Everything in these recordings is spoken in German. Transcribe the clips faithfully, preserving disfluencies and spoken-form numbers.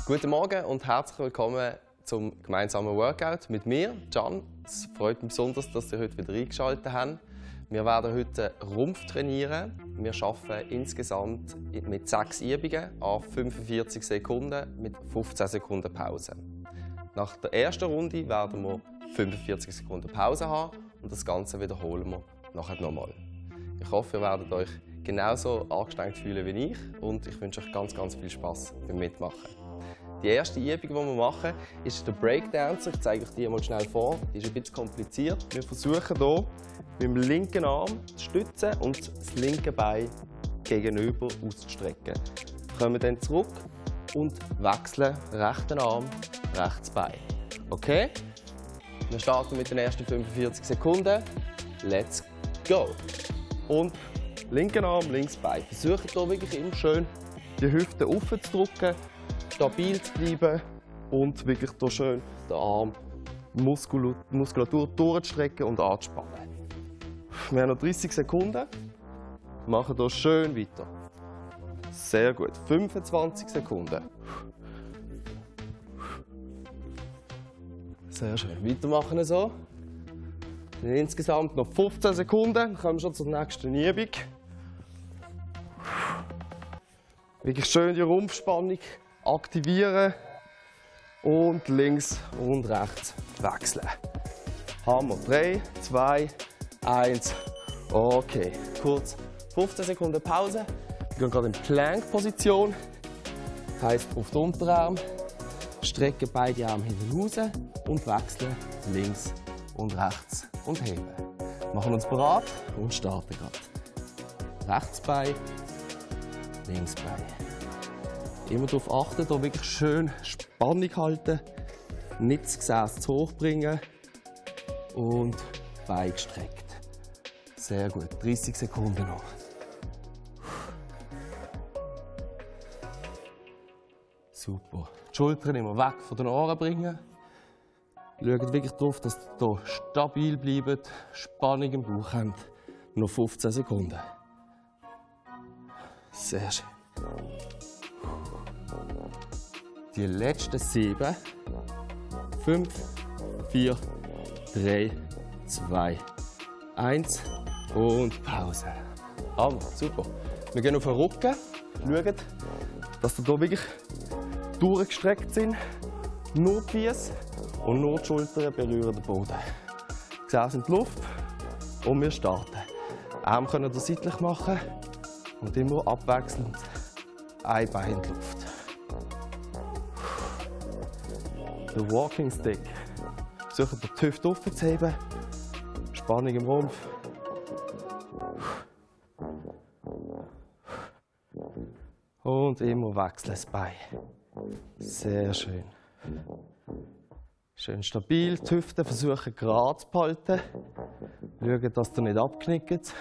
Guten Morgen und herzlich willkommen zum gemeinsamen Workout mit mir, Can. Es freut mich besonders, dass ihr heute wieder eingeschaltet habt. Wir werden heute Rumpf trainieren. Wir arbeiten insgesamt mit sechs Übungen an fünfundvierzig Sekunden mit fünfzehn Sekunden Pause. Nach der ersten Runde werden wir fünfundvierzig Sekunden Pause haben und das Ganze wiederholen wir nachher nochmal. Ich hoffe, ihr werdet euch genauso angestrengt fühlen wie ich und ich wünsche euch ganz, ganz viel Spaß beim Mitmachen. Die erste Übung, die wir machen, ist der Breakdancer. Ich zeige euch die mal schnell vor. Die ist ein bisschen kompliziert. Wir versuchen hier mit dem linken Arm zu stützen und das linke Bein gegenüber auszustrecken. Wir kommen dann zurück und wechseln rechten Arm, rechtes Bein. Okay? Wir starten mit den ersten fünfundvierzig Sekunden. Let's go! Und linken Arm, links Bein. Versucht hier wirklich immer schön die Hüfte offen zu drücken, stabil zu bleiben und wirklich hier schön den Arm, die Muskulatur durchzustrecken und anzuspannen. Wir haben noch dreißig Sekunden. Wir machen hier schön weiter. Sehr gut. fünfundzwanzig Sekunden. Sehr schön. Weitermachen so. Insgesamt noch fünfzehn Sekunden. Dann kommen wir schon zur nächsten Übung. Wirklich schön die Rumpfspannung aktivieren und links und rechts wechseln. Hammer. drei, zwei, eins. Okay. Kurz fünfzehn Sekunden Pause. Wir gehen gerade in Plank-Position. Heißt auf den Unterarm. Strecken beide Arme hinten raus und wechseln links und rechts und heben. Machen uns bereit und starten gerade. Rechts Bein, links Bein. Immer darauf achten, hier wirklich schön Spannung halten, nicht das Gesäß zu hoch bringen und Bein gestreckt. Sehr gut, dreißig Sekunden noch. Super. Die Schultern immer weg von den Ohren bringen. Schaut wirklich darauf, dass ihr hier stabil bleibt, Spannung im Bauch habt. Noch fünfzehn Sekunden. Sehr schön. Die letzten sieben. fünf, vier, drei, zwei, eins und Pause. Aber super. Wir gehen auf den Rücken. Schaut, dass ihr hier wirklich durchgestreckt sind. Nur die Füße und nur die Schultern berühren den Boden. Die Gesäße in die Luft und wir starten. Arme können ihr seitlich machen und immer abwechselnd ein Bein in die Luft. Der Walking Stick. Versucht die Hüfte offen zu heben. Spannung im Rumpf. Und immer wechseln das Bein. Sehr schön. Schön stabil. Die Hüfte versuchen gerade zu behalten. Schauen, dass ihr nicht abknickt.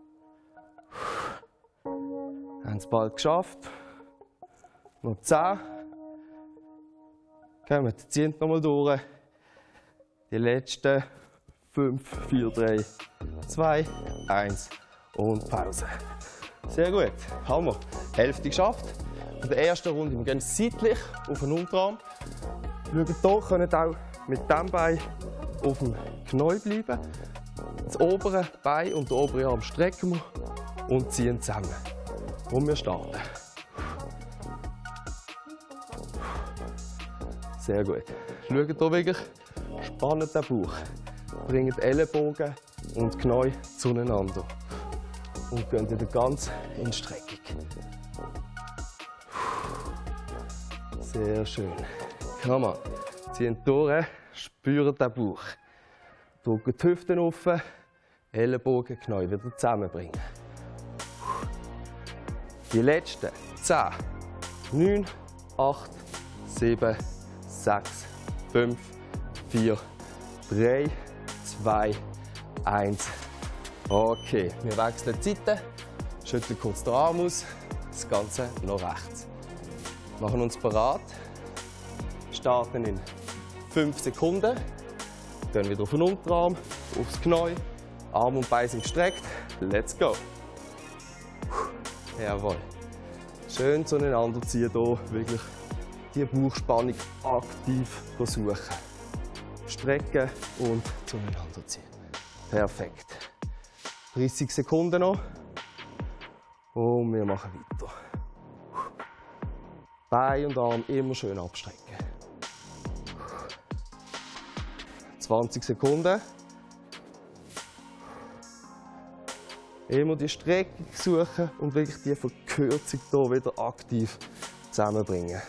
Haben es bald geschafft. Noch zehn. Kommen, ziehen nochmal durch. Die letzten fünf, vier, drei, zwei, eins und Pause. Sehr gut. Hammer. Hälfte geschafft. In der ersten Runde wir gehen seitlich auf den Unterarm. Schaut hier, könnt auch mit diesem Bein auf dem Knie bleiben. Das obere Bein und den oberen Arm strecken wir und ziehen zusammen. Und wir starten. Sehr gut. Schaut hier wirklich, spannt den Bauch. Bringt Ellenbogen und Knie zueinander. Und gehen wieder ganz in die Streckung. Sehr schön. Komm mal. Ziehen durch, spüren den Bauch. Drücken die Hüften offen, Ellenbogen, Knie wieder zusammenbringen. Die letzten zehn, neun, acht, sieben, sechs, fünf, vier, drei, zwei, eins. Okay, wir wechseln die Seite, schütteln kurz den Arm aus, das Ganze noch rechts. Machen uns bereit, starten in fünf Sekunden, gehen wieder auf den Unterarm, aufs Knie, Arm und Bein sind gestreckt, let's go. Jawohl. Schön zueinander ziehen hier, wirklich die Bauchspannung aktiv suchen. Strecken und zueinander ziehen. Perfekt. dreißig Sekunden noch. Und wir machen weiter. Beine und Arme immer schön abstrecken. zwanzig Sekunden. Immer die Streckung suchen und wirklich die Verkürzung hier wieder aktiv zusammenbringen.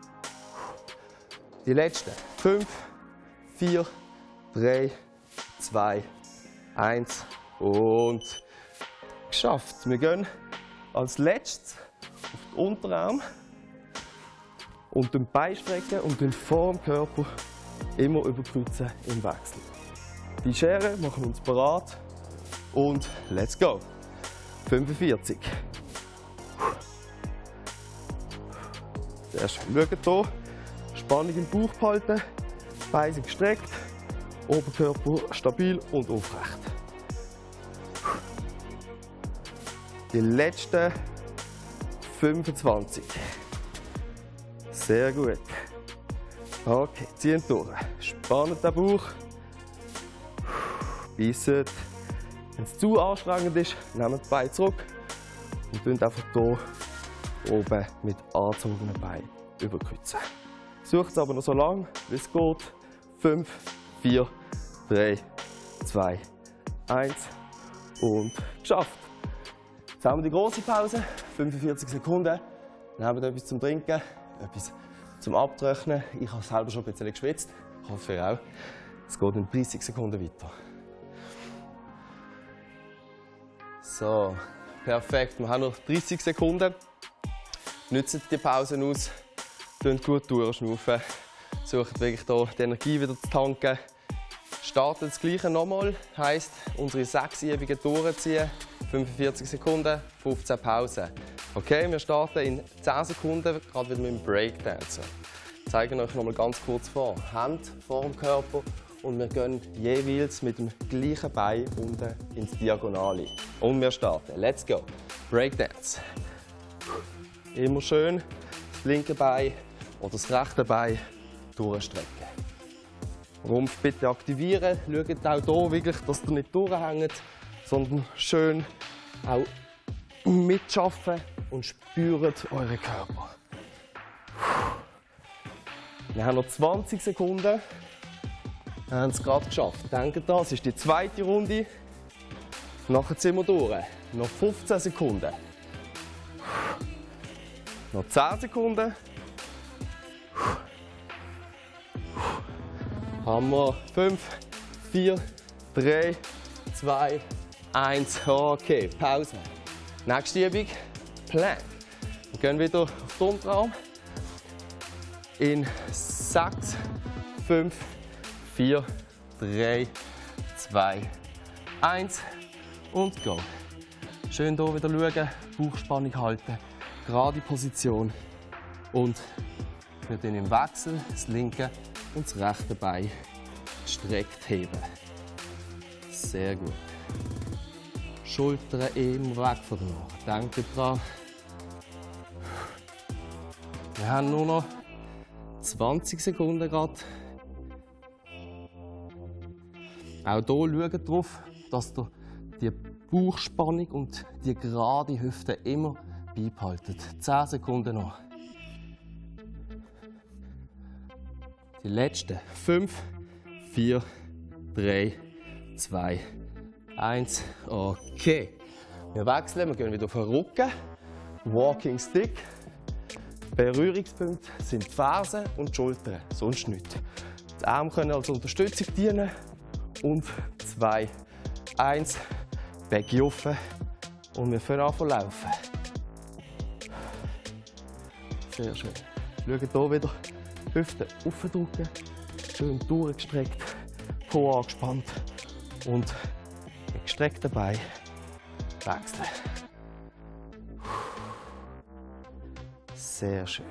Die letzten. fünf, vier, drei, zwei, eins und geschafft. Wir gehen als letztes auf den Unterarm und den Bein strecken und den vor dem Körper immer überkreuzen im Wechsel. Die Schere machen wir uns bereit und let's go. fünfundvierzig. Sehr schön. Schaut hier. Spannung im Bauch behalten, Beine sind gestreckt, Oberkörper stabil und aufrecht. Die letzten fünfundzwanzig. Sehr gut. Okay, ziehen durch. Spannen den Bauch. Bissen. Wenn es zu anstrengend ist, nehmen die Beine zurück und tun einfach hier oben mit angezogenen Beinen überkreuzen. Sucht es aber noch so lange, wie es geht. fünf, vier, drei, zwei, eins und geschafft. Jetzt haben wir die große Pause, fünfundvierzig Sekunden. Nehmen etwas zum Trinken, etwas zum Abtrocknen. Ich habe selber schon ein bisschen geschwitzt, ich hoffe ihr auch. Es geht in dreißig Sekunden weiter. So, perfekt. Wir haben noch dreißig Sekunden. Nützt die Pause aus, tönt gut durchschnaufen, sucht wirklich hier die Energie wieder zu tanken. Startet das Gleiche nochmal, heisst unsere sechs Übungen durchziehen, fünfundvierzig Sekunden, fünfzehn Pausen. Okay, wir starten in zehn Sekunden, gerade wieder mit dem Breakdance. Ich zeige euch noch mal ganz kurz vor. Hände vor dem Körper und wir gehen jeweils mit dem gleichen Bein unten ins Diagonale. Und wir starten. Let's go. Breakdance. Immer schön das linke Bein oder das rechte Bein durchstrecken. Rumpf bitte aktivieren. Schaut auch hier wirklich, dass ihr nicht durchhängt, sondern schön auch mitschaffen und spürt euren Körper. Wir haben noch zwanzig Sekunden. Wir haben es gerade geschafft. Denkt dran, es ist die zweite Runde. Nachher sind wir durch. Noch fünfzehn Sekunden. Noch zehn Sekunden. Haben wir fünf, vier, drei, zwei, eins. Okay, Pause. Nächste Übung, Plank. Wir gehen wieder auf den Unterarm. In sechs, fünf, vier, drei, zwei, eins und go. Schön hier wieder schauen, Bauchspannung halten, gerade Position und wir tun im Wechsel das linke und das rechte Bein gestreckt heben. Sehr gut. Schultern immer weg von der Nase. Denkt dran. Wir haben nur noch zwanzig Sekunden gerade. Auch hier schaut darauf, dass ihr die Bauchspannung und die gerade Hüfte immer beibehaltet. zehn Sekunden noch. Die letzten. fünf, vier, drei, zwei, eins. Okay. Wir wechseln, wir gehen wieder auf den Rücken. Walking Stick. Berührungspunkte sind die Fersen und die Schultern, sonst nichts. Die Arme können als Unterstützung dienen. Und zwei, eins, Becken offen und wir fangen an zu laufen. Sehr schön. Schaut hier wieder, Hüften aufdrücken, schön durchgestreckt, Po angespannt und mit gestreckten Beinen wechseln. Sehr schön.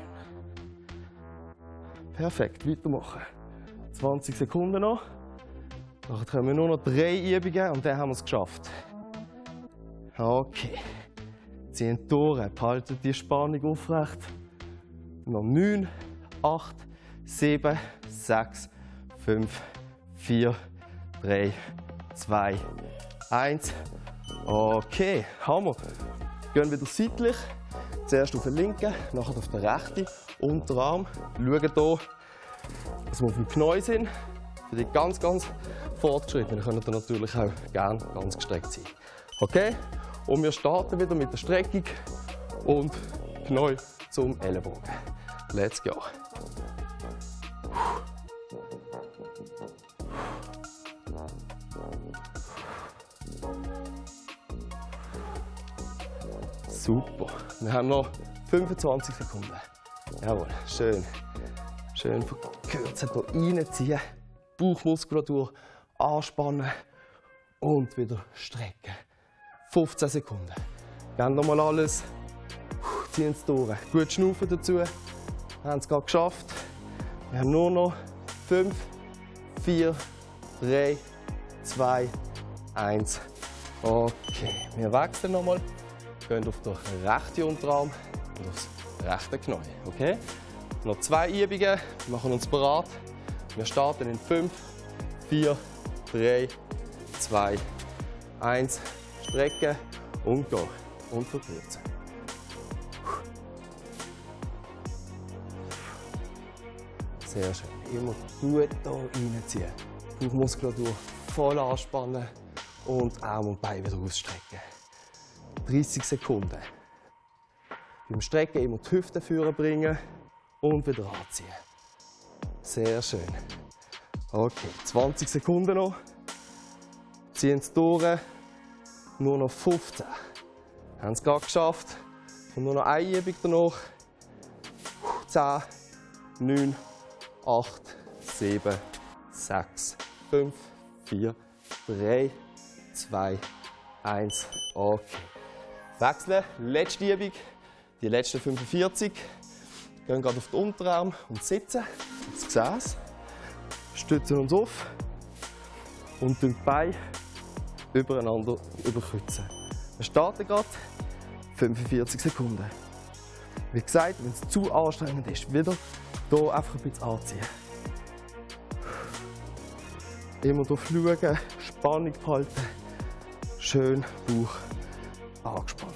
Perfekt, weitermachen. zwanzig Sekunden noch. Dann haben wir nur noch drei Übungen und dann haben wir es geschafft. Okay. Ziehen durch, behalten die Spannung aufrecht. Noch neun, acht, sieben, sechs, fünf, vier, drei, zwei, eins. Okay, Hammer. Gehen wieder seitlich. Zuerst auf den linken, nachher auf den rechten Unterarm. Schauen hier, dass wir auf dem Knie sind. Für die ganz, ganz Fortgeschrittenen können ihr natürlich auch gerne ganz gestreckt sein. Okay? Und wir starten wieder mit der Streckung und Knie zum Ellenbogen. Let's go! Super. Wir haben noch fünfundzwanzig Sekunden. Jawohl, schön. Schön verkürzen, hier reinziehen. Bauchmuskulatur anspannen und wieder strecken. fünfzehn Sekunden. Gehen nochmal alles. Ziehen es durch. Gut schnaufen dazu. Wir haben es gerade geschafft. Wir haben nur noch fünf, vier, drei, zwei, eins. Okay, wir wechseln nochmal. Gehen auf den rechten Unterarm und aufs rechte Knie. Okay? Noch zwei Übungen. Wir machen uns bereit. Wir starten in fünf, vier, drei, zwei, eins. Strecken und gehen. Und verkürzen. Sehr schön. Immer gut hier reinziehen. Bauchmuskulatur voll anspannen und Arm und Bein wieder ausstrecken. dreißig Sekunden. Beim Strecken immer die Hüfte vorne bringen und wieder anziehen. Sehr schön. Okay, zwanzig Sekunden noch. Ziehen es durch. Nur noch fünfzehn. Haben es gerade geschafft. Und nur noch eine Übung danach. zehn, neun, acht, sieben, sechs, fünf, vier, drei, zwei, eins. Okay. Wechseln. Letzte Übung. Die letzten fünfundvierzig. Gehen gerade auf den Unterarm und sitzen. Das Gesäß. Stützen uns auf. Und die Beine übereinander überkreuzen. Wir starten gerade. fünfundvierzig Sekunden. Wie gesagt, wenn es zu anstrengend ist, wieder hier einfach ein bisschen anziehen. Immer hier schauen, Spannung halten. Schön Bauch angespannt.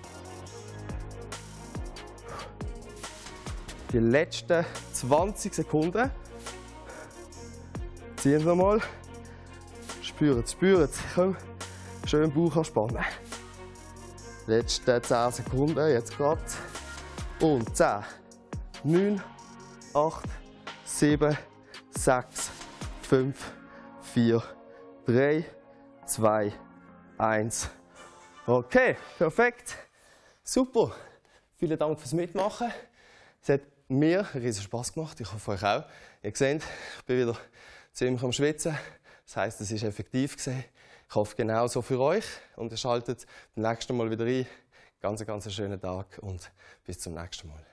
Die letzten zwanzig Sekunden. Ziehen Sie nochmal. Spüren Sie, spüren Sie. Komm. Schön Bauch anspannen. Letzte zehn Sekunden, jetzt gerade. Und zehn, neun, acht, sieben, sechs, fünf, vier, drei, zwei, eins. Okay, perfekt. Super. Vielen Dank fürs Mitmachen. Es hat mir riesen Spass gemacht. Ich hoffe euch auch. Ihr seht, ich bin wieder ziemlich am Schwitzen. Das heisst, es war effektiv gewesen. Ich hoffe genauso für euch und ihr schaltet beim nächsten Mal wieder ein. Ganz, ganz einen schönen Tag und bis zum nächsten Mal.